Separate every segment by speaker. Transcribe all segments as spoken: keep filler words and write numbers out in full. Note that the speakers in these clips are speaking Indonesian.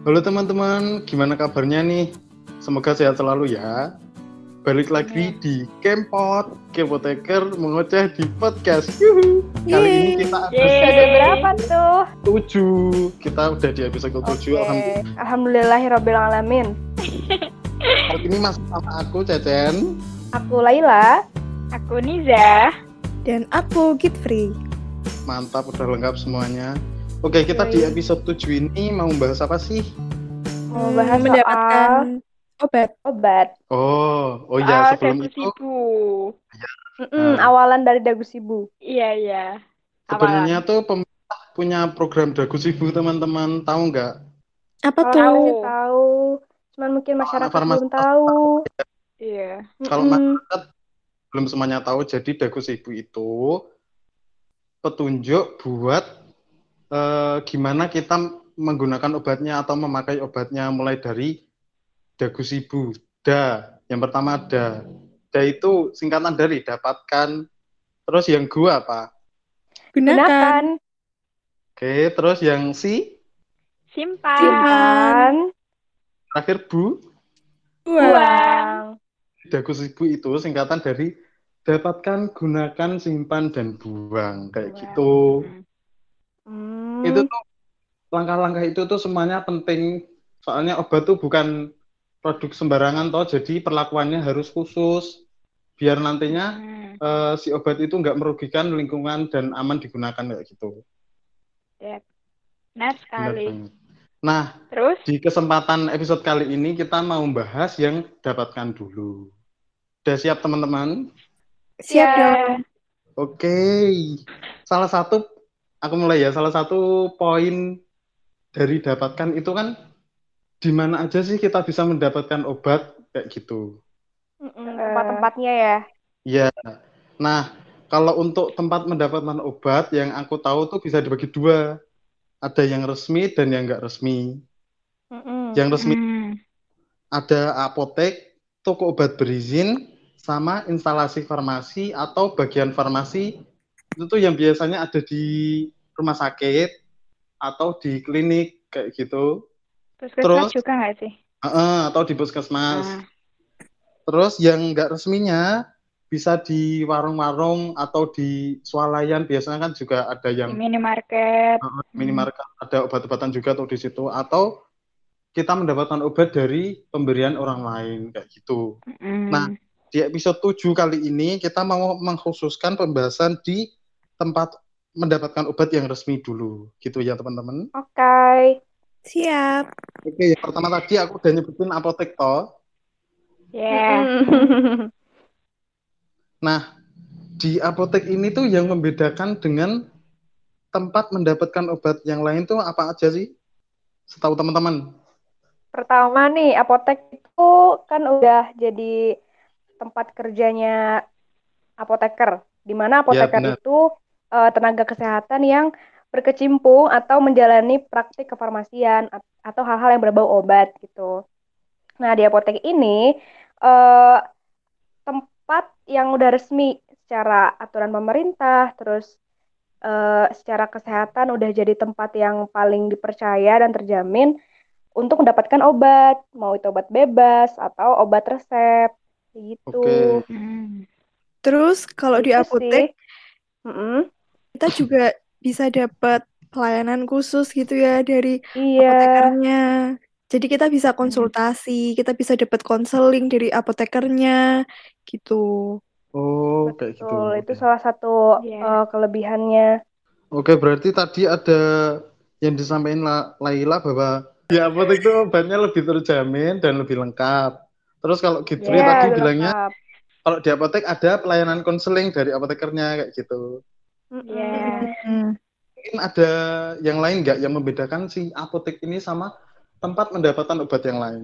Speaker 1: Halo teman-teman, gimana kabarnya nih? Semoga sehat selalu ya. Balik lagi
Speaker 2: Amin.
Speaker 1: di Kempot, Kepoteker mengoceh di podcast. Yuhu. Kali ini kita
Speaker 2: Episode
Speaker 1: episode
Speaker 2: berapa tuh?
Speaker 1: tujuh. Kita udah di episode tujuh,
Speaker 2: Oke,
Speaker 1: alhamdulillah.
Speaker 2: alhamdulillahirobbilalamin.
Speaker 1: Kali ini masih sama aku, Cecen.
Speaker 2: Aku Laila.
Speaker 3: Aku Niza.
Speaker 4: Dan aku Gitfrey.
Speaker 1: Mantap, udah lengkap semuanya. Oke, kita
Speaker 2: Oke.
Speaker 1: di episode tujuh ini mau bahas apa sih?
Speaker 2: Mau bahas soal
Speaker 4: mendapatkan obat.
Speaker 2: obat.
Speaker 1: Oh, oh ya,
Speaker 3: Soal
Speaker 1: sebelum
Speaker 3: dagu
Speaker 1: itu
Speaker 3: sibu.
Speaker 2: Mm-mm,
Speaker 1: Nah.
Speaker 2: awalan dari dagu sibu.
Speaker 3: Iya, iya.
Speaker 1: sebenarnya
Speaker 3: Awalan.
Speaker 1: tuh pemerintah punya program dagu sibu, teman-teman. Tahu nggak?
Speaker 4: Apa
Speaker 2: Kalau
Speaker 4: tuh?
Speaker 2: aku sih
Speaker 3: Tahu.
Speaker 2: tahu, cuman mungkin
Speaker 1: Kalau
Speaker 2: masyarakat
Speaker 1: farmasi
Speaker 2: belum tahu.
Speaker 3: Iya.
Speaker 1: Kalau
Speaker 2: Mm-mm.
Speaker 1: masyarakat belum semuanya tahu, jadi dagu sibu itu petunjuk buat eh, gimana kita menggunakan obatnya atau memakai obatnya, mulai dari dagu sibu. Da, yang pertama da. Da itu singkatan dari dapatkan. Terus yang gua apa?
Speaker 4: Gunakan.
Speaker 2: Gunakan.
Speaker 1: Oke, terus yang si,
Speaker 3: Simpan.
Speaker 2: Simpan.
Speaker 1: terakhir bu.
Speaker 4: Buang.
Speaker 2: Buang.
Speaker 1: Dagu sibu itu singkatan dari dapatkan, gunakan, simpan, dan buang. Kayak
Speaker 2: Buang.
Speaker 1: gitu.
Speaker 2: Hmm.
Speaker 1: Itu tuh langkah-langkah itu tuh semuanya penting. Soalnya obat tuh bukan produk sembarangan toh, jadi perlakuannya harus khusus biar nantinya
Speaker 3: Hmm.
Speaker 1: eh, si obat itu nggak merugikan lingkungan dan aman digunakan kayak gitu.
Speaker 3: Yep. Benar
Speaker 1: Benar
Speaker 3: sekali.
Speaker 1: banget. Nah,
Speaker 3: Terus?
Speaker 1: di kesempatan episode kali ini kita mau bahas yang dapatkan dulu. Udah siap teman-teman?
Speaker 4: Siap
Speaker 2: Ya.
Speaker 4: dong.
Speaker 1: Oke. Salah satu, aku mulai ya, salah satu poin dari dapatkan itu kan di mana aja sih kita bisa mendapatkan obat kayak gitu.
Speaker 2: Mm-mm, tempat-tempatnya ya.
Speaker 1: Iya. Nah, kalau untuk tempat mendapatkan obat yang aku tahu tuh bisa dibagi dua. Ada yang resmi dan yang nggak resmi.
Speaker 2: Mm-mm.
Speaker 1: Yang resmi
Speaker 3: Hmm.
Speaker 1: ada apotek, toko obat berizin, sama instalasi farmasi atau bagian farmasi. Itu tuh yang biasanya ada di rumah sakit atau di klinik kayak gitu.
Speaker 3: Puskesmas
Speaker 1: Terus,
Speaker 3: juga nggak sih?
Speaker 1: uh, atau di puskesmas.
Speaker 3: Ah.
Speaker 1: Terus yang nggak resminya bisa di warung-warung atau di swalayan, biasanya kan juga ada
Speaker 3: Di
Speaker 1: yang
Speaker 3: minimarket.
Speaker 1: uh, minimarket, ada obat-obatan juga tuh di situ, atau kita mendapatkan obat dari pemberian orang lain kayak gitu.
Speaker 3: Hmm.
Speaker 1: Nah, di episode tujuh kali ini kita mau mengkhususkan pembahasan di tempat mendapatkan obat yang resmi dulu gitu ya teman-teman.
Speaker 2: Oke.
Speaker 4: Siap.
Speaker 1: Oke, yang pertama tadi aku udah nyebutin apotek toh.
Speaker 3: Ya.
Speaker 2: Mm-mm.
Speaker 1: Nah, di apotek ini tuh yang membedakan dengan tempat mendapatkan obat yang lain tuh apa aja sih? Setahu teman-teman.
Speaker 2: Pertama nih, apotek itu kan udah jadi tempat kerjanya apoteker, di mana
Speaker 1: Ya,
Speaker 2: apoteker
Speaker 1: benar.
Speaker 2: itu eh, tenaga kesehatan yang berkecimpung atau menjalani praktik kefarmasian at- atau hal-hal yang berbau obat gitu. Nah, di apotek ini eh, tempat yang udah resmi secara aturan pemerintah, terus eh, secara kesehatan udah jadi tempat yang paling dipercaya dan terjamin untuk mendapatkan obat, mau itu obat bebas atau obat resep, gitu.
Speaker 1: Oke.
Speaker 3: Hmm.
Speaker 4: Terus kalau di
Speaker 2: Itu
Speaker 4: apotek
Speaker 2: sih. Mm-mm.
Speaker 4: kita juga bisa dapat pelayanan khusus gitu ya dari
Speaker 2: Iya,
Speaker 4: apotekernya. Jadi kita bisa konsultasi, kita bisa dapat konseling dari apotekernya gitu.
Speaker 1: Oh, kayak gitu.
Speaker 2: betul. Itu
Speaker 1: Oke.
Speaker 2: salah satu
Speaker 3: Iya.
Speaker 2: eh, kelebihannya.
Speaker 1: Oke, berarti tadi ada yang disampaikan La- Laila bahwa di apotek itu obatnya lebih terjamin dan lebih lengkap. Terus kalau Gitri
Speaker 3: Iya,
Speaker 1: tadi
Speaker 2: Lebih
Speaker 1: bilangnya
Speaker 2: lengkap.
Speaker 1: kalau di apotek ada pelayanan konseling dari apotekernya kayak gitu.
Speaker 2: Mm-mm.
Speaker 3: Iya.
Speaker 4: Hmm.
Speaker 1: Mungkin ada yang lain nggak yang membedakan si apotek ini sama tempat mendapatkan obat yang lain?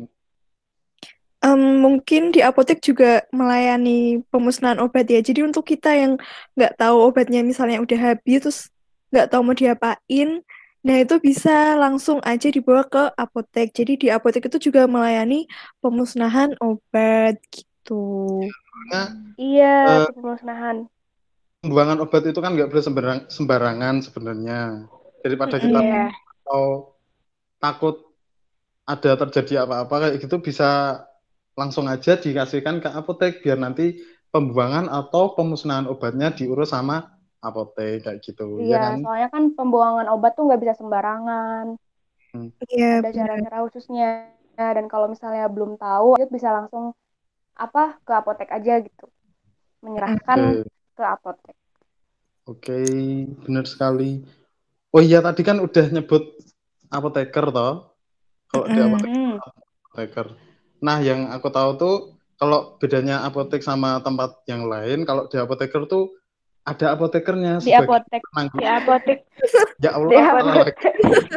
Speaker 4: Em, mungkin di apotek juga melayani pemusnahan obat ya. Jadi untuk kita yang nggak tahu obatnya misalnya udah habis, terus nggak tahu mau diapain, nah itu bisa langsung aja dibawa ke apotek. Jadi di apotek itu juga melayani pemusnahan obat gitu.
Speaker 1: Nah,
Speaker 2: Iya,
Speaker 1: eh,
Speaker 2: pemusnahan.
Speaker 1: pembuangan obat itu kan nggak boleh sembarang, sembarangan sebenarnya. Daripada kita
Speaker 3: Iya.
Speaker 1: atau takut ada terjadi apa-apa kayak gitu bisa langsung aja dikasihkan ke apotek biar nanti pembuangan atau pemusnahan obatnya diurus sama apotek kayak gitu, ya
Speaker 2: Iya,
Speaker 1: kan?
Speaker 2: soalnya kan pembuangan obat tuh nggak bisa sembarangan.
Speaker 1: Hmm.
Speaker 4: Iya,
Speaker 2: Ada
Speaker 4: benar.
Speaker 2: cara-cara khususnya. Dan kalau misalnya belum tahu, itu bisa langsung apa ke apotek aja gitu. Menyerahkan
Speaker 1: Oke,
Speaker 2: ke apotek.
Speaker 1: oke, benar sekali. Oh iya tadi kan udah nyebut apoteker toh. Kalau di
Speaker 4: Mm-mm.
Speaker 1: apotek
Speaker 2: Hmm.
Speaker 1: apoteker. Nah, yang aku tahu tuh kalau bedanya apotek sama tempat yang lain, kalau di apoteker tuh ada apotekernya
Speaker 2: Di
Speaker 1: sebagai
Speaker 2: apotek.
Speaker 1: penanggung.
Speaker 3: Di apotek.
Speaker 1: Ya
Speaker 2: Di
Speaker 1: Allah, salah
Speaker 2: apotek.
Speaker 1: lagi.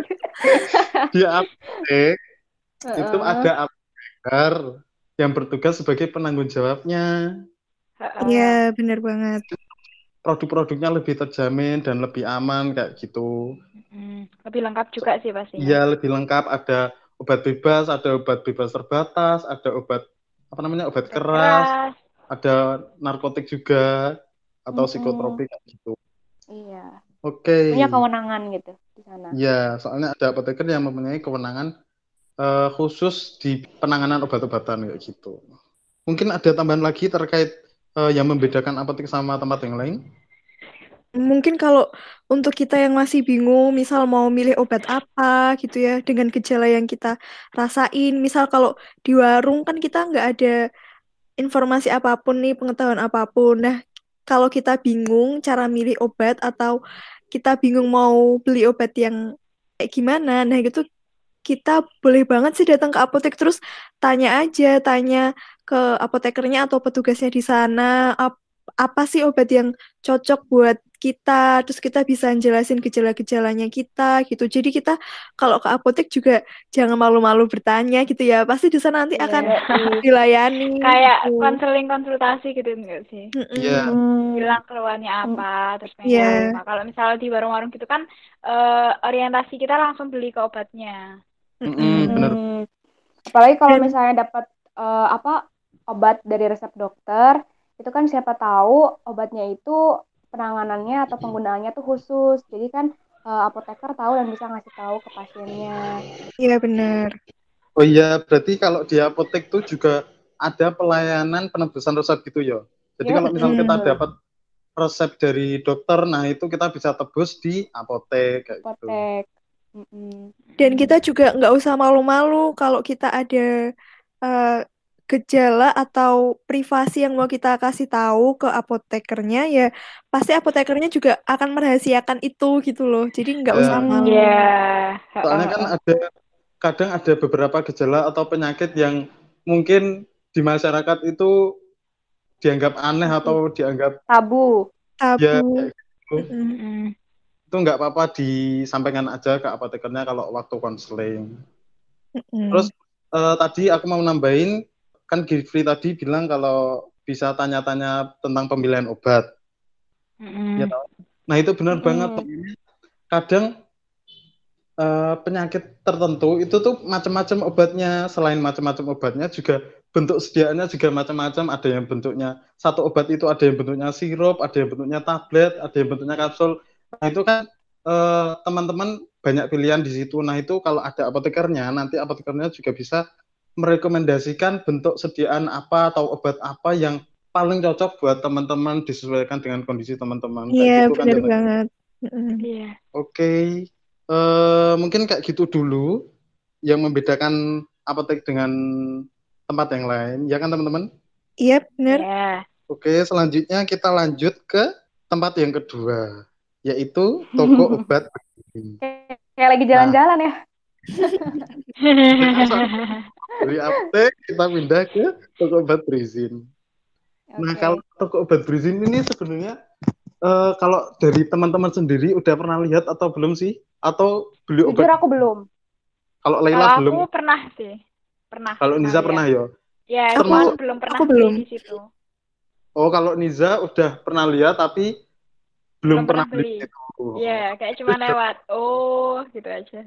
Speaker 1: Di apotek itu
Speaker 2: Heeh.
Speaker 1: ada apoteker yang bertugas sebagai penanggung jawabnya.
Speaker 4: Iya,
Speaker 3: Heeh.
Speaker 4: benar banget.
Speaker 1: Produk-produknya lebih terjamin dan lebih aman kayak gitu.
Speaker 3: Hmm, lebih lengkap juga sih pastinya.
Speaker 1: Iya, lebih lengkap. Ada obat bebas, ada obat bebas terbatas, ada obat apa namanya obat
Speaker 3: Obat
Speaker 1: keras,
Speaker 3: keras.
Speaker 1: ada narkotik juga atau
Speaker 2: Mm-mm.
Speaker 1: psikotropik kayak gitu.
Speaker 2: Iya.
Speaker 1: Oke,
Speaker 2: Punya kewenangan gitu di sana.
Speaker 1: ya soalnya ada apoteker yang mempunyai kewenangan eh, khusus di penanganan obat-obatan kayak gitu. Mungkin ada tambahan lagi terkait eh, yang membedakan apotek sama tempat yang lain?
Speaker 4: Mungkin kalau untuk kita yang masih bingung, misal mau milih obat apa gitu ya, dengan gejala yang kita rasain. Misal kalau di warung kan kita nggak ada informasi apapun nih, pengetahuan apapun. Nah, kalau kita bingung cara milih obat atau kita bingung mau beli obat yang kayak gimana, nah gitu kita boleh banget sih datang ke apotek terus tanya aja, tanya ke apotekernya atau petugasnya di sana ap- apa sih obat yang cocok buat kita, terus kita bisa jelasin gejala-gejalanya kita gitu. Jadi kita kalau ke apotek juga jangan malu-malu bertanya gitu ya. Pasti di sana nanti akan
Speaker 2: Iya sih.
Speaker 4: dilayani
Speaker 3: Kayak
Speaker 4: gitu.
Speaker 3: konseling konsultasi gitu enggak sih?
Speaker 1: Iya,
Speaker 4: Mm-mm.
Speaker 2: Hmm.
Speaker 3: Bilang keluhannya apa, terus pengen
Speaker 4: Iya.
Speaker 3: apa. Kalau misalnya di warung-warung gitu kan eh, orientasi kita langsung beli ke obatnya.
Speaker 1: mm-mm, bener.
Speaker 2: Hmm. Apalagi kalau
Speaker 4: Dan
Speaker 2: misalnya dapat eh, apa obat dari resep dokter, itu kan siapa tahu obatnya itu penanganannya atau penggunaannya tuh khusus. Jadi kan eh, apoteker tahu dan bisa ngasih tahu ke pasiennya.
Speaker 4: iya benar.
Speaker 1: Oh iya, berarti kalau di apotek tuh juga ada pelayanan penebusan resep gitu ya. Jadi
Speaker 2: Yep,
Speaker 1: kalau misal kita
Speaker 4: Mm-mm.
Speaker 2: betul.
Speaker 1: dapat resep dari dokter, nah itu kita bisa tebus di apotek kayak gitu.
Speaker 2: Apotek. Mm-mm.
Speaker 4: Dan kita juga nggak usah malu-malu kalau kita ada eh, gejala atau privasi yang mau kita kasih tahu ke apotekernya, ya pasti apotekernya juga akan merahasiakan itu gitu loh. Jadi nggak usah
Speaker 1: Ya,
Speaker 2: Hmm.
Speaker 4: malu.
Speaker 3: Iya.
Speaker 1: soalnya kan ada kadang ada beberapa gejala atau penyakit yang mungkin di masyarakat itu dianggap aneh
Speaker 2: Masih
Speaker 1: atau dianggap
Speaker 2: tabu.
Speaker 1: ya
Speaker 4: Tabu.
Speaker 1: kayak gitu.
Speaker 4: Mm-mm.
Speaker 3: Mm.
Speaker 1: Itu nggak apa-apa disampaikan aja ke apotekernya kalau waktu konseling.
Speaker 4: Mm-mm.
Speaker 1: Terus eh, tadi aku mau nambahin, kan Gifri tadi bilang kalau bisa tanya-tanya tentang pemilihan obat. Ya,
Speaker 3: Mm.
Speaker 1: toh? Nah itu benar banget.
Speaker 2: Mm-mm.
Speaker 1: Kadang eh, penyakit tertentu itu tuh macam-macam obatnya. Selain macam-macam obatnya juga bentuk sediaannya juga macam-macam. Ada yang bentuknya satu obat itu ada yang bentuknya sirup, ada yang bentuknya tablet, ada yang bentuknya kapsul. Nah itu kan eh, teman-teman banyak pilihan di situ. Nah itu kalau ada apotekernya, nanti apotekernya juga bisa merekomendasikan bentuk sediaan apa atau obat apa yang paling cocok buat teman-teman disesuaikan dengan kondisi teman-teman. Kayak
Speaker 4: Iya,
Speaker 1: gitu kan
Speaker 4: benar
Speaker 1: ya.
Speaker 4: banget. Mm-mm.
Speaker 3: Iya.
Speaker 1: Oke, eh, mungkin kayak gitu dulu yang membedakan apotek dengan tempat yang lain, ya kan teman-teman?
Speaker 4: Iya, benar.
Speaker 3: Iya.
Speaker 1: Oke, selanjutnya kita lanjut ke tempat yang kedua, yaitu toko obat.
Speaker 2: Kayak kayak lagi
Speaker 1: Nah,
Speaker 2: jalan-jalan ya.
Speaker 1: dari apotek kita pindah ke toko obat berizin. Nah,
Speaker 2: Oke.
Speaker 1: kalau toko obat berizin ini sebenarnya eh, kalau dari teman-teman sendiri udah pernah lihat atau belum sih? Atau beli
Speaker 2: Jujur
Speaker 1: obat?
Speaker 2: aku belum.
Speaker 1: Kalau
Speaker 3: Kalau
Speaker 1: Laila
Speaker 3: aku
Speaker 1: belum,
Speaker 3: pernah sih. Pernah.
Speaker 1: kalau Niza
Speaker 3: lihat.
Speaker 1: pernah ya?
Speaker 3: Ya,
Speaker 4: Aku
Speaker 3: cuman
Speaker 1: Termasuk,
Speaker 3: belum pernah
Speaker 4: aku
Speaker 3: beli
Speaker 4: belum.
Speaker 3: di situ.
Speaker 1: oh kalau Niza udah pernah lihat tapi belum
Speaker 3: Belum
Speaker 1: pernah
Speaker 3: pernah
Speaker 1: beli
Speaker 3: beli.
Speaker 1: itu.
Speaker 3: Iya, kayak cuma lewat. Oh, gitu aja.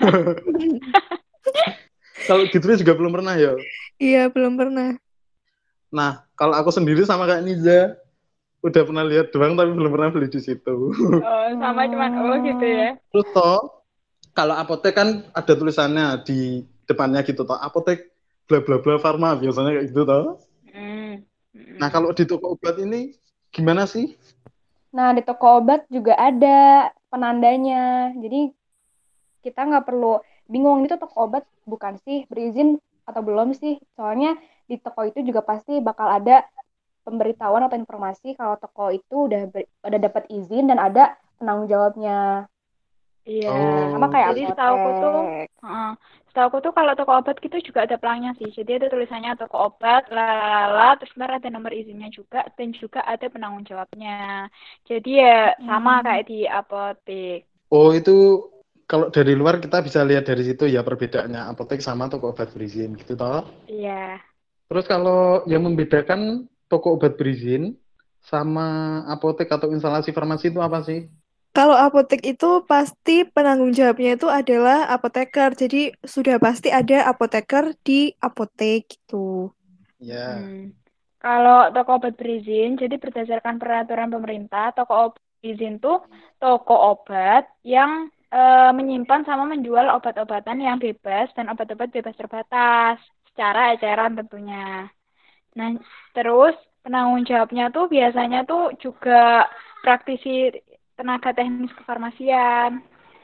Speaker 1: Kalau gitu juga belum pernah ya.
Speaker 4: Iya, belum pernah.
Speaker 1: Nah, kalau aku sendiri sama kayak Niza, udah pernah lihat doang tapi belum pernah beli di situ.
Speaker 3: Oh, sama cuman oh gitu ya.
Speaker 1: Terus toh, kalau apotek kan ada tulisannya di depannya gitu toh, apotek bla bla bla farma biasanya kayak gitu toh.
Speaker 3: Mm.
Speaker 1: Nah, kalau di toko obat ini gimana sih?
Speaker 2: Nah, di toko obat juga ada penandanya. Jadi kita nggak perlu bingung itu toko obat bukan sih berizin atau belum sih. Soalnya di toko itu juga pasti bakal ada pemberitahuan atau informasi kalau toko itu udah ber- udah dapat izin dan ada penanggung jawabnya.
Speaker 3: Iya.
Speaker 2: Sama
Speaker 1: Oh,
Speaker 2: kayak
Speaker 3: Jadi setahuku tuh,
Speaker 2: apotek.
Speaker 3: heeh, setahuku tuh kalau toko obat gitu juga ada pelangnya sih. Jadi ada tulisannya toko obat, lalala, terus ntar ada nomor izinnya juga, dan juga ada penanggung jawabnya. Jadi ya sama
Speaker 2: Hmm.
Speaker 3: kayak di apotek.
Speaker 1: oh itu kalau dari luar kita bisa lihat dari situ ya perbedaannya apotek sama toko obat berizin gitu toh.
Speaker 3: Iya.
Speaker 1: Terus kalau yang membedakan toko obat berizin sama apotek atau instalasi farmasi itu apa sih?
Speaker 4: Kalau apotek itu pasti penanggung jawabnya itu adalah apoteker. Jadi sudah pasti ada apoteker di apotek gitu.
Speaker 1: Ya.
Speaker 3: Hmm. Kalau toko obat berizin, jadi berdasarkan peraturan pemerintah, toko obat berizin tuh toko obat yang eh, menyimpan sama menjual obat-obatan yang bebas dan obat-obat bebas terbatas secara eceran tentunya. Nah, terus penanggung jawabnya tuh biasanya tuh juga praktisi tenaga teknis kefarmasian.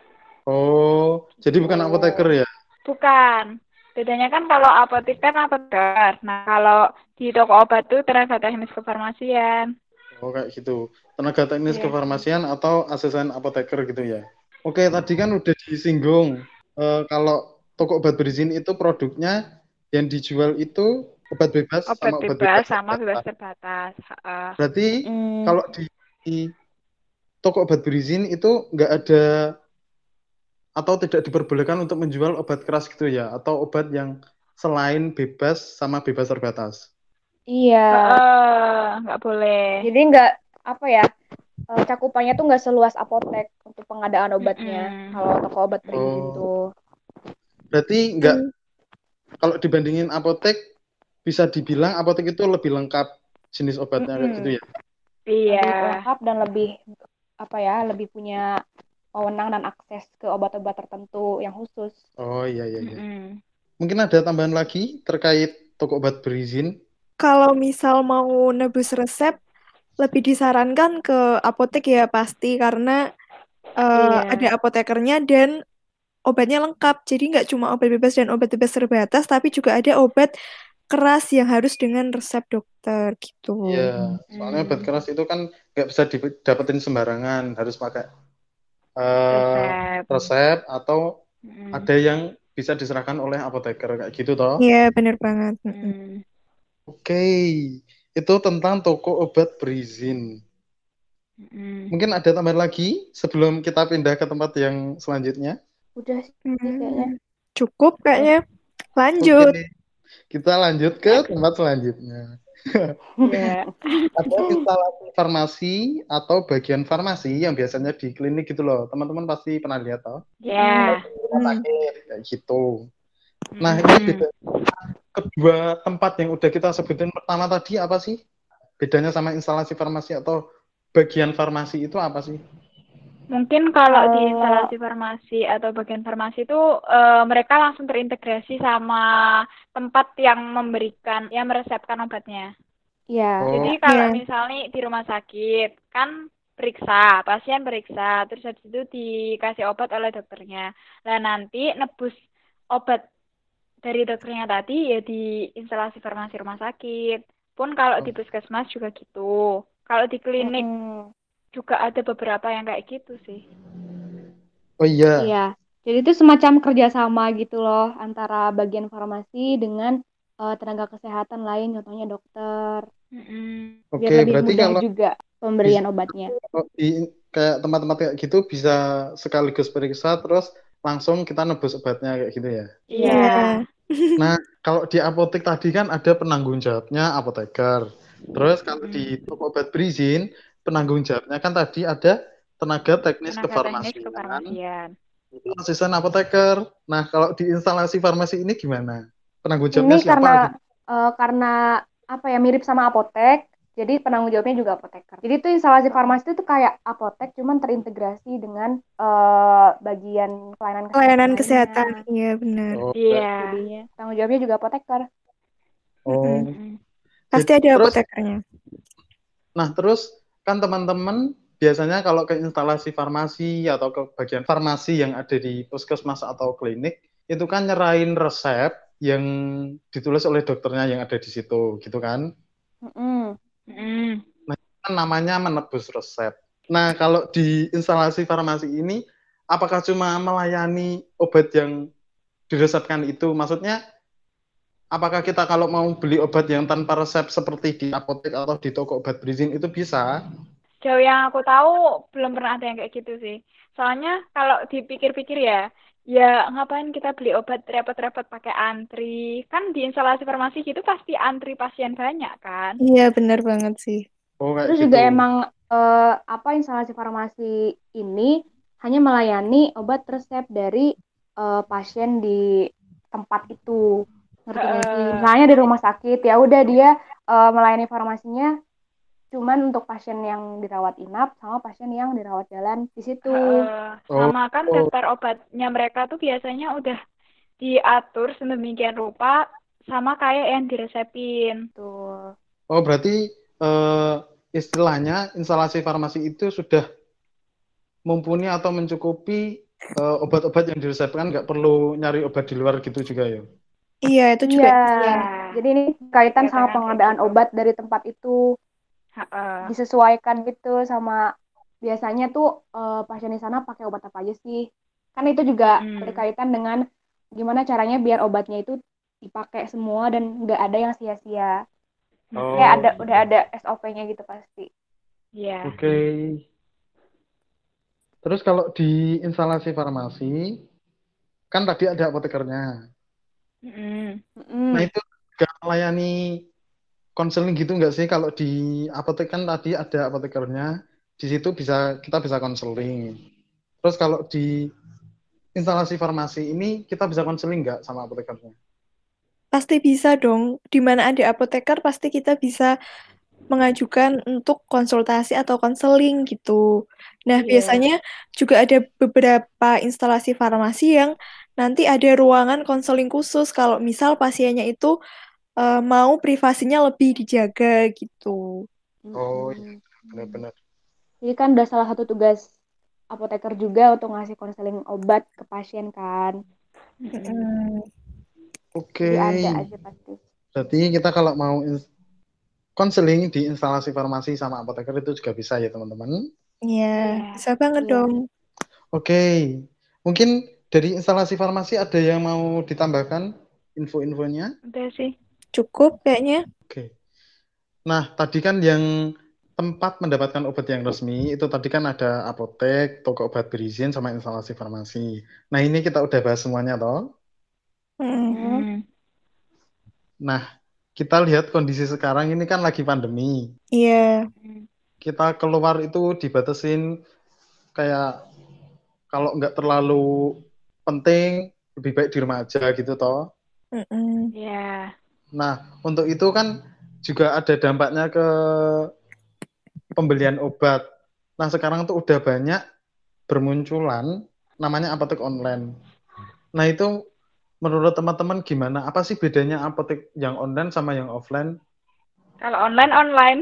Speaker 1: Oh, jadi bukan apoteker
Speaker 3: Oh.
Speaker 1: ya?
Speaker 3: Bukan. Bedanya kan kalau apotek kan apoteker. Nah, kalau di toko obat tuh tenaga teknis kefarmasian.
Speaker 1: Oh, kayak gitu. Tenaga teknis
Speaker 3: Iya.
Speaker 1: kefarmasian atau asisten apoteker gitu ya. Oke, tadi kan udah disinggung eh, kalau toko obat berizin itu produknya yang dijual itu obat bebas
Speaker 3: Obat
Speaker 1: sama obat
Speaker 3: bebas
Speaker 1: bebas
Speaker 3: sama bebas
Speaker 1: terbatas.
Speaker 3: terbatas. Heeh.
Speaker 1: Berarti
Speaker 2: Mm.
Speaker 1: kalau di, di toko obat berizin itu nggak ada atau tidak diperbolehkan untuk menjual obat keras gitu ya, atau obat yang selain bebas sama bebas terbatas.
Speaker 2: Iya.
Speaker 3: Heeh, nggak boleh.
Speaker 2: Jadi nggak apa ya eh, cakupannya tuh nggak seluas apotek untuk pengadaan obatnya.
Speaker 3: Mm-mm.
Speaker 2: Kalau toko obat berizin
Speaker 1: Oh,
Speaker 2: tuh.
Speaker 1: berarti nggak
Speaker 4: Hmm.
Speaker 1: kalau dibandingin apotek bisa dibilang apotek itu lebih lengkap jenis obatnya kayak gitu
Speaker 2: Mm-mm.
Speaker 1: ya.
Speaker 3: Iya.
Speaker 2: Lebih lengkap dan lebih apa ya lebih punya wewenang dan akses ke obat-obat tertentu yang khusus.
Speaker 1: Oh iya iya iya.
Speaker 3: Mm-mm.
Speaker 1: Mungkin ada tambahan lagi terkait toko obat berizin.
Speaker 4: Kalau misal mau nebus resep, lebih disarankan ke apotek ya pasti karena eh,
Speaker 3: Iya.
Speaker 4: ada apotekernya dan obatnya lengkap. Jadi nggak cuma obat bebas dan obat bebas terbatas, tapi juga ada obat keras yang harus dengan resep dokter gitu.
Speaker 1: Iya, soalnya obat
Speaker 3: Hmm.
Speaker 1: keras itu kan nggak bisa didapetin sembarangan, harus pakai eh,
Speaker 3: Resep.
Speaker 1: resep atau
Speaker 3: Mm-mm.
Speaker 1: ada yang bisa diserahkan oleh apoteker kayak gitu toh.
Speaker 4: Iya, bener banget. Mm-mm.
Speaker 3: Mm.
Speaker 1: Oke, itu tentang toko obat berizin.
Speaker 3: Mm-mm.
Speaker 1: Mungkin ada tambahan lagi sebelum kita pindah ke tempat yang selanjutnya.
Speaker 2: Udah sih kayaknya.
Speaker 4: Hmm, cukup kayaknya. Lanjut.
Speaker 1: Oke, kita lanjut ke tempat selanjutnya.
Speaker 3: Iya.
Speaker 1: Ada instalasi farmasi atau bagian farmasi yang biasanya di klinik gitu loh. Teman-teman pasti pernah lihat toh.
Speaker 3: Ya.
Speaker 1: Rumah sakit kayak gitu. Nah, ini
Speaker 3: Mm-mm.
Speaker 1: beda kedua tempat yang udah kita sebutin pertama tadi apa sih? Bedanya sama instalasi farmasi atau bagian farmasi itu apa sih?
Speaker 3: Mungkin kalau di
Speaker 2: Kalau
Speaker 3: instalasi farmasi atau bagian farmasi itu eh, mereka langsung terintegrasi sama tempat yang memberikan, yang meresepkan obatnya.
Speaker 2: ya
Speaker 1: Oh,
Speaker 3: Jadi kalau
Speaker 4: Iya.
Speaker 3: misalnya di rumah sakit kan periksa, pasien periksa, terus habis itu dikasih obat oleh dokternya. Nah nanti nebus obat dari dokternya tadi ya di instalasi farmasi rumah sakit. Pun kalau di puskesmas juga gitu. Kalau di klinik
Speaker 2: mm-mm.
Speaker 3: juga ada beberapa yang kayak gitu sih.
Speaker 1: oh iya.
Speaker 2: Iya. Jadi itu semacam kerjasama gitu loh antara bagian farmasi dengan eh, tenaga kesehatan lain, contohnya dokter,
Speaker 3: Mm-mm.
Speaker 2: biar
Speaker 1: Oke,
Speaker 2: lebih
Speaker 1: berarti
Speaker 2: mudah
Speaker 1: kalau
Speaker 2: juga pemberian obatnya.
Speaker 1: kalau di kayak tempat-tempat kayak gitu bisa sekaligus periksa terus langsung kita nebus obatnya kayak gitu ya.
Speaker 3: Iya.
Speaker 4: Iya.
Speaker 1: Nah, kalau di apotek tadi kan ada penanggung jawabnya apoteker. Terus kalau di
Speaker 3: Mm-mm.
Speaker 1: toko obat berizin, penanggung jawabnya kan tadi ada tenaga teknis
Speaker 3: Tenaga teknis
Speaker 1: kefarmasian,
Speaker 3: kefarmasian.
Speaker 1: itu asisten apoteker. Nah, kalau di instalasi farmasi ini gimana? Penanggung
Speaker 2: Ini
Speaker 1: jawabnya siapa?
Speaker 2: karena
Speaker 1: Gitu?
Speaker 2: eh, karena apa ya mirip sama apotek, Jadi penanggung jawabnya juga apoteker. Jadi itu instalasi farmasi itu kayak apotek cuman terintegrasi dengan uh, bagian pelayanan kesehatan
Speaker 4: Pelayanan
Speaker 2: lainnya.
Speaker 4: kesehatan, iya benar.
Speaker 1: Oh,
Speaker 3: Iya.
Speaker 2: Jadinya tanggung jawabnya juga apoteker.
Speaker 1: oh.
Speaker 3: Mm-mm.
Speaker 4: Pasti ada
Speaker 1: Terus,
Speaker 4: apotekernya.
Speaker 1: nah terus kan teman-teman biasanya kalau ke instalasi farmasi atau ke bagian farmasi yang ada di puskesmas atau klinik, itu kan nyerahin resep yang ditulis oleh dokternya yang ada di situ, gitu kan?
Speaker 2: Mm-mm.
Speaker 3: Mm-mm.
Speaker 1: Nah, itu kan namanya menebus resep. Nah, kalau di instalasi farmasi ini, apakah cuma melayani obat yang diresepkan itu? Maksudnya, apakah kita kalau mau beli obat yang tanpa resep seperti di apotek atau di toko obat berizin itu bisa?
Speaker 3: Jauh yang aku tahu belum pernah ada yang kayak gitu sih. Soalnya kalau dipikir-pikir ya, ya ngapain kita beli obat repot-repot pakai antri? Kan di instalasi farmasi gitu pasti antri pasien banyak kan?
Speaker 4: Iya benar banget sih.
Speaker 1: Oh, kayak
Speaker 2: Terus
Speaker 1: gitu.
Speaker 2: juga emang eh, apa instalasi farmasi ini hanya melayani obat resep dari eh, pasien di tempat itu. Ngerti nggak sih?
Speaker 3: Heeh.
Speaker 2: Misalnya di rumah sakit ya udah dia eh, melayani farmasinya cuman untuk pasien yang dirawat inap sama pasien yang dirawat jalan di situ.
Speaker 3: Heeh.
Speaker 1: Oh,
Speaker 3: Sama kan
Speaker 1: oh,
Speaker 3: daftar obatnya mereka tuh biasanya udah diatur sedemikian rupa sama kayak yang diresepin.
Speaker 2: Tuh.
Speaker 1: oh berarti eh, istilahnya instalasi farmasi itu sudah mumpuni atau mencukupi eh, obat-obat yang diresepkan, nggak perlu nyari obat di luar gitu juga ya?
Speaker 4: Iya itu juga
Speaker 2: Iya.
Speaker 4: bisa.
Speaker 2: Jadi ini kaitan sama
Speaker 3: Katakan kayak
Speaker 2: pengadaan
Speaker 3: gitu.
Speaker 2: obat dari tempat itu.
Speaker 3: Heeh.
Speaker 2: Disesuaikan gitu sama biasanya tuh eh, pasien di sana pakai obat apa aja sih. Kan itu juga
Speaker 3: Mm-mm.
Speaker 2: berkaitan dengan gimana caranya biar obatnya itu dipakai semua dan nggak ada yang sia-sia.
Speaker 3: Mm-mm.
Speaker 2: Kayak ada
Speaker 1: Oh,
Speaker 2: udah ada S O P-nya gitu pasti.
Speaker 3: Iya.
Speaker 1: oke. Terus kalau di instalasi farmasi, kan tadi ada apotekernya.
Speaker 3: Mm-mm.
Speaker 1: Nah,
Speaker 2: Mm-mm.
Speaker 1: itu nggak melayani konseling gitu nggak sih? Kalau di apotek kan tadi ada apotekernya, di situ bisa kita bisa konseling. Terus kalau di instalasi farmasi ini kita bisa konseling nggak sama apotekernya?
Speaker 4: Pasti bisa dong. Di mana ada apoteker pasti kita bisa mengajukan untuk konsultasi atau konseling gitu. Nah,
Speaker 3: Iya.
Speaker 4: biasanya juga ada beberapa instalasi farmasi yang nanti ada ruangan konseling khusus kalau misal pasiennya itu eh, mau privasinya lebih dijaga gitu.
Speaker 1: Oh iya,
Speaker 2: Mm-mm.
Speaker 1: benar-benar.
Speaker 2: Jadi kan udah salah satu tugas apoteker juga untuk ngasih konseling obat ke pasien kan.
Speaker 3: Mm-mm.
Speaker 4: Mm-mm.
Speaker 1: Oke,
Speaker 2: Jadi ada aja pasti.
Speaker 1: berarti kita kalau mau ins- konseling di instalasi farmasi sama apoteker itu juga bisa ya teman-teman.
Speaker 4: Iya,
Speaker 3: Iya.
Speaker 4: bisa banget
Speaker 2: Iya.
Speaker 4: dong.
Speaker 1: Oke, mungkin dari instalasi farmasi ada yang mau ditambahkan info-infonya?
Speaker 3: Udah sih.
Speaker 4: Cukup kayaknya.
Speaker 1: Oke. Nah, tadi kan yang tempat mendapatkan obat yang resmi itu tadi kan ada apotek, toko obat berizin, sama instalasi farmasi. Nah, ini kita udah bahas semuanya toh.
Speaker 4: Mm-mm.
Speaker 3: Mm-mm.
Speaker 1: Nah, kita lihat kondisi sekarang ini kan lagi pandemi.
Speaker 4: Iya,
Speaker 3: Mm.
Speaker 1: Kita keluar itu dibatasin kayak kalau nggak terlalu penting, lebih baik di rumah aja gitu toh.
Speaker 4: mm-mm.
Speaker 3: Iya.
Speaker 1: Nah, untuk itu kan juga ada dampaknya ke pembelian obat. Nah, sekarang tuh udah banyak bermunculan namanya apotek online. Nah, itu menurut teman-teman gimana? Apa sih bedanya apotek yang online sama yang offline?
Speaker 3: Kalau online online.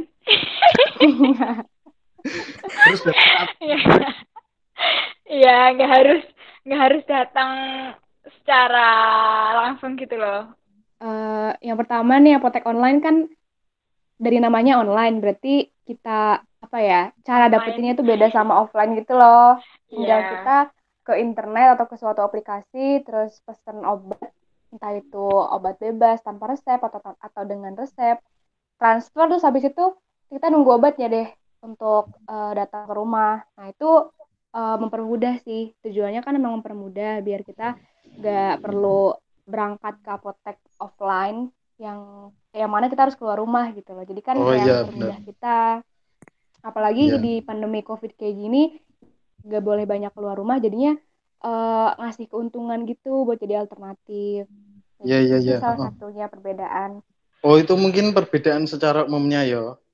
Speaker 1: Terus berarti apa?
Speaker 3: Iya. Iya, nggak harus nggak harus datang secara langsung gitu loh.
Speaker 2: Eh, yang pertama nih apotek online kan dari namanya online berarti kita apa ya cara dapetinnya
Speaker 3: Online.
Speaker 2: tuh beda sama offline gitu loh. Tinggal
Speaker 3: Iya.
Speaker 2: kita ke internet atau ke suatu aplikasi terus pesen obat entah itu obat bebas tanpa resep atau atau dengan resep transfer terus habis itu kita nunggu obatnya deh untuk eh, datang ke rumah. Nah itu eh, mempermudah sih tujuannya kan memang mempermudah biar kita nggak perlu berangkat ke apotek offline yang yang mana kita harus keluar rumah gitu loh. Jadi kan
Speaker 1: Oh
Speaker 2: kayak
Speaker 1: iya, benar.
Speaker 2: mempermudah kita. Apalagi
Speaker 1: Iya.
Speaker 2: di pandemi COVID kayak gini nggak boleh banyak keluar rumah jadinya eh, ngasih keuntungan gitu buat jadi alternatif. Kayak
Speaker 1: Iya,
Speaker 2: gitu.
Speaker 1: iya,
Speaker 2: Itu
Speaker 1: iya.
Speaker 2: salah
Speaker 1: Oh.
Speaker 2: satunya perbedaan.
Speaker 1: Oh, itu mungkin perbedaan secara umumnya ya.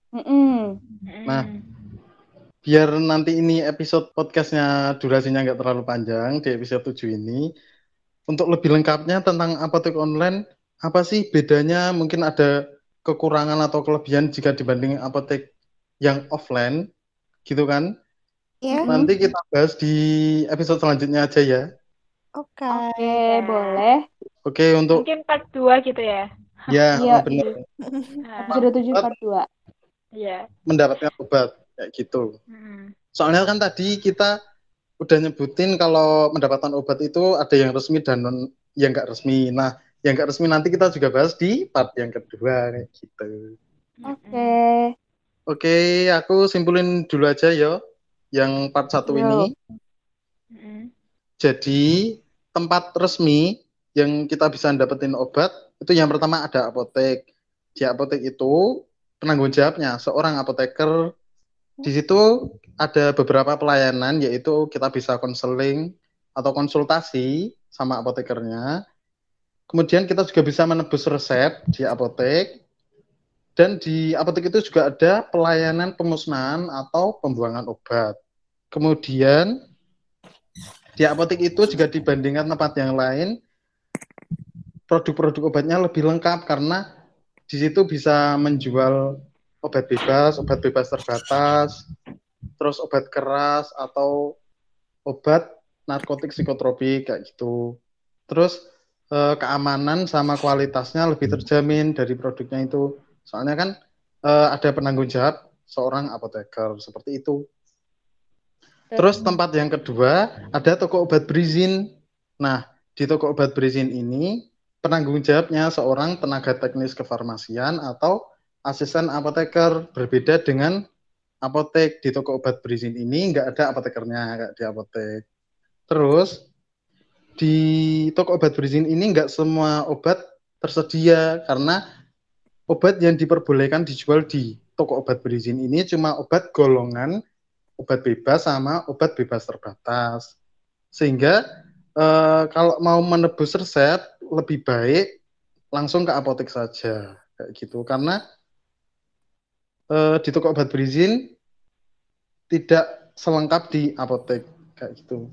Speaker 2: Mm-mm.
Speaker 1: Nah, biar nanti ini episode podcastnya durasinya nggak terlalu panjang di episode tujuh ini, untuk lebih lengkapnya tentang apotek online, apa sih bedanya, mungkin ada kekurangan atau kelebihan jika dibanding apotek yang offline, gitu kan?
Speaker 4: Ya,
Speaker 2: Mm-mm.
Speaker 1: Nanti kita bahas di episode selanjutnya aja ya.
Speaker 4: oke.
Speaker 2: Oke,
Speaker 3: Ya.
Speaker 2: boleh.
Speaker 1: Oke, untuk
Speaker 3: Mungkin part dua gitu ya.
Speaker 1: ya
Speaker 2: Iya,
Speaker 1: benar
Speaker 3: Nah,
Speaker 2: episode tujuh part dua.
Speaker 3: iya.
Speaker 1: mendapatkan obat kayak gitu.
Speaker 3: Mm.
Speaker 1: Soalnya kan tadi kita udah nyebutin kalau mendapatkan obat itu ada yang resmi dan non yang nggak resmi. Nah, yang nggak resmi nanti kita juga bahas di part yang kedua kayak gitu.
Speaker 2: Oke.
Speaker 1: Oke, aku simpulin dulu aja yo yang part satu
Speaker 2: Yo.
Speaker 1: ini.
Speaker 3: Mm.
Speaker 1: Jadi tempat resmi yang kita bisa dapetin obat itu yang pertama ada apotek. Di apotek itu penanggung jawabnya seorang apoteker. Di situ ada beberapa pelayanan, yaitu kita bisa konseling atau konsultasi sama apotekernya. Kemudian kita juga bisa menebus resep di apotek. Dan di apotek itu juga ada pelayanan pemusnahan atau pembuangan obat. Kemudian di apotek itu juga dibandingkan tempat yang lain, produk-produk obatnya lebih lengkap karena di situ bisa menjual obat bebas, obat bebas terbatas, terus obat keras atau obat narkotik psikotropik kayak gitu. Terus eh, keamanan sama kualitasnya lebih terjamin dari produknya itu. Soalnya kan eh, ada penanggung jawab seorang apoteker seperti itu. Terus tempat yang kedua ada toko obat berizin. Nah, di toko obat berizin ini penanggung jawabnya seorang tenaga teknis kefarmasian atau asisten apoteker, berbeda dengan apotek. Di toko obat berizin ini nggak ada apotekernya kayak di apotek. Terus di toko obat berizin ini nggak semua obat tersedia karena obat yang diperbolehkan dijual di toko obat berizin ini cuma obat golongan obat bebas sama obat bebas terbatas. Sehingga eh, kalau mau menebus resep lebih baik langsung ke apotek saja kayak gitu karena eh, di toko obat berizin tidak selengkap di apotek kayak gitu.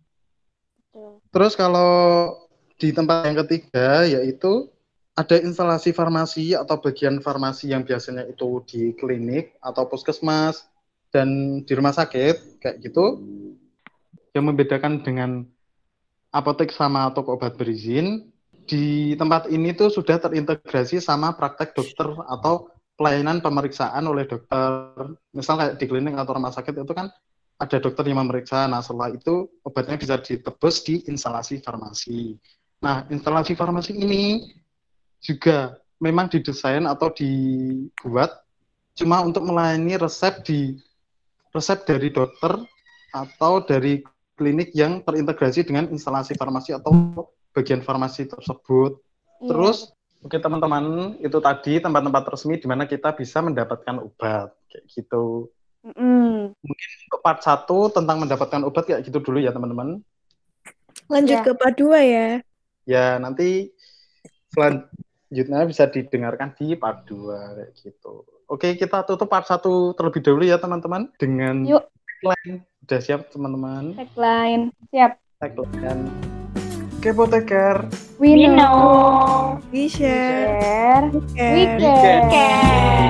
Speaker 1: Terus kalau di tempat yang ketiga yaitu ada instalasi farmasi atau bagian farmasi yang biasanya itu di klinik atau puskesmas dan di rumah sakit kayak gitu. Yang membedakan dengan apotek sama toko obat berizin, di tempat ini tuh sudah terintegrasi sama praktek dokter atau pelayanan pemeriksaan oleh dokter. Misal kayak di klinik atau rumah sakit itu kan ada dokter yang memeriksa. Nah, setelah itu obatnya bisa ditebus di instalasi farmasi. Nah, instalasi farmasi ini juga memang didesain atau dibuat cuma untuk melayani resep di resep dari dokter atau dari klinik yang terintegrasi dengan instalasi farmasi atau bagian farmasi tersebut.
Speaker 2: Iya.
Speaker 1: Terus, oke teman-teman, itu tadi tempat-tempat resmi di mana kita bisa mendapatkan obat kayak gitu.
Speaker 2: Mm-mm.
Speaker 1: Mungkin untuk part satu tentang mendapatkan obat kayak gitu dulu ya teman-teman.
Speaker 4: Lanjut
Speaker 2: Ya.
Speaker 4: ke part dua ya.
Speaker 1: Ya, nanti selanjutnya bisa didengarkan di part dua kayak gitu. Oke, kita tutup part satu terlebih dahulu ya teman-teman dengan
Speaker 2: Yuk,
Speaker 1: tagline. Udah siap teman-teman?
Speaker 2: tagline. Siap.
Speaker 1: Tagline. Oke, Apoteker.
Speaker 2: We
Speaker 3: We
Speaker 2: know.
Speaker 3: know.
Speaker 4: We share.
Speaker 2: Share.
Speaker 4: We
Speaker 2: We
Speaker 4: care.
Speaker 2: care.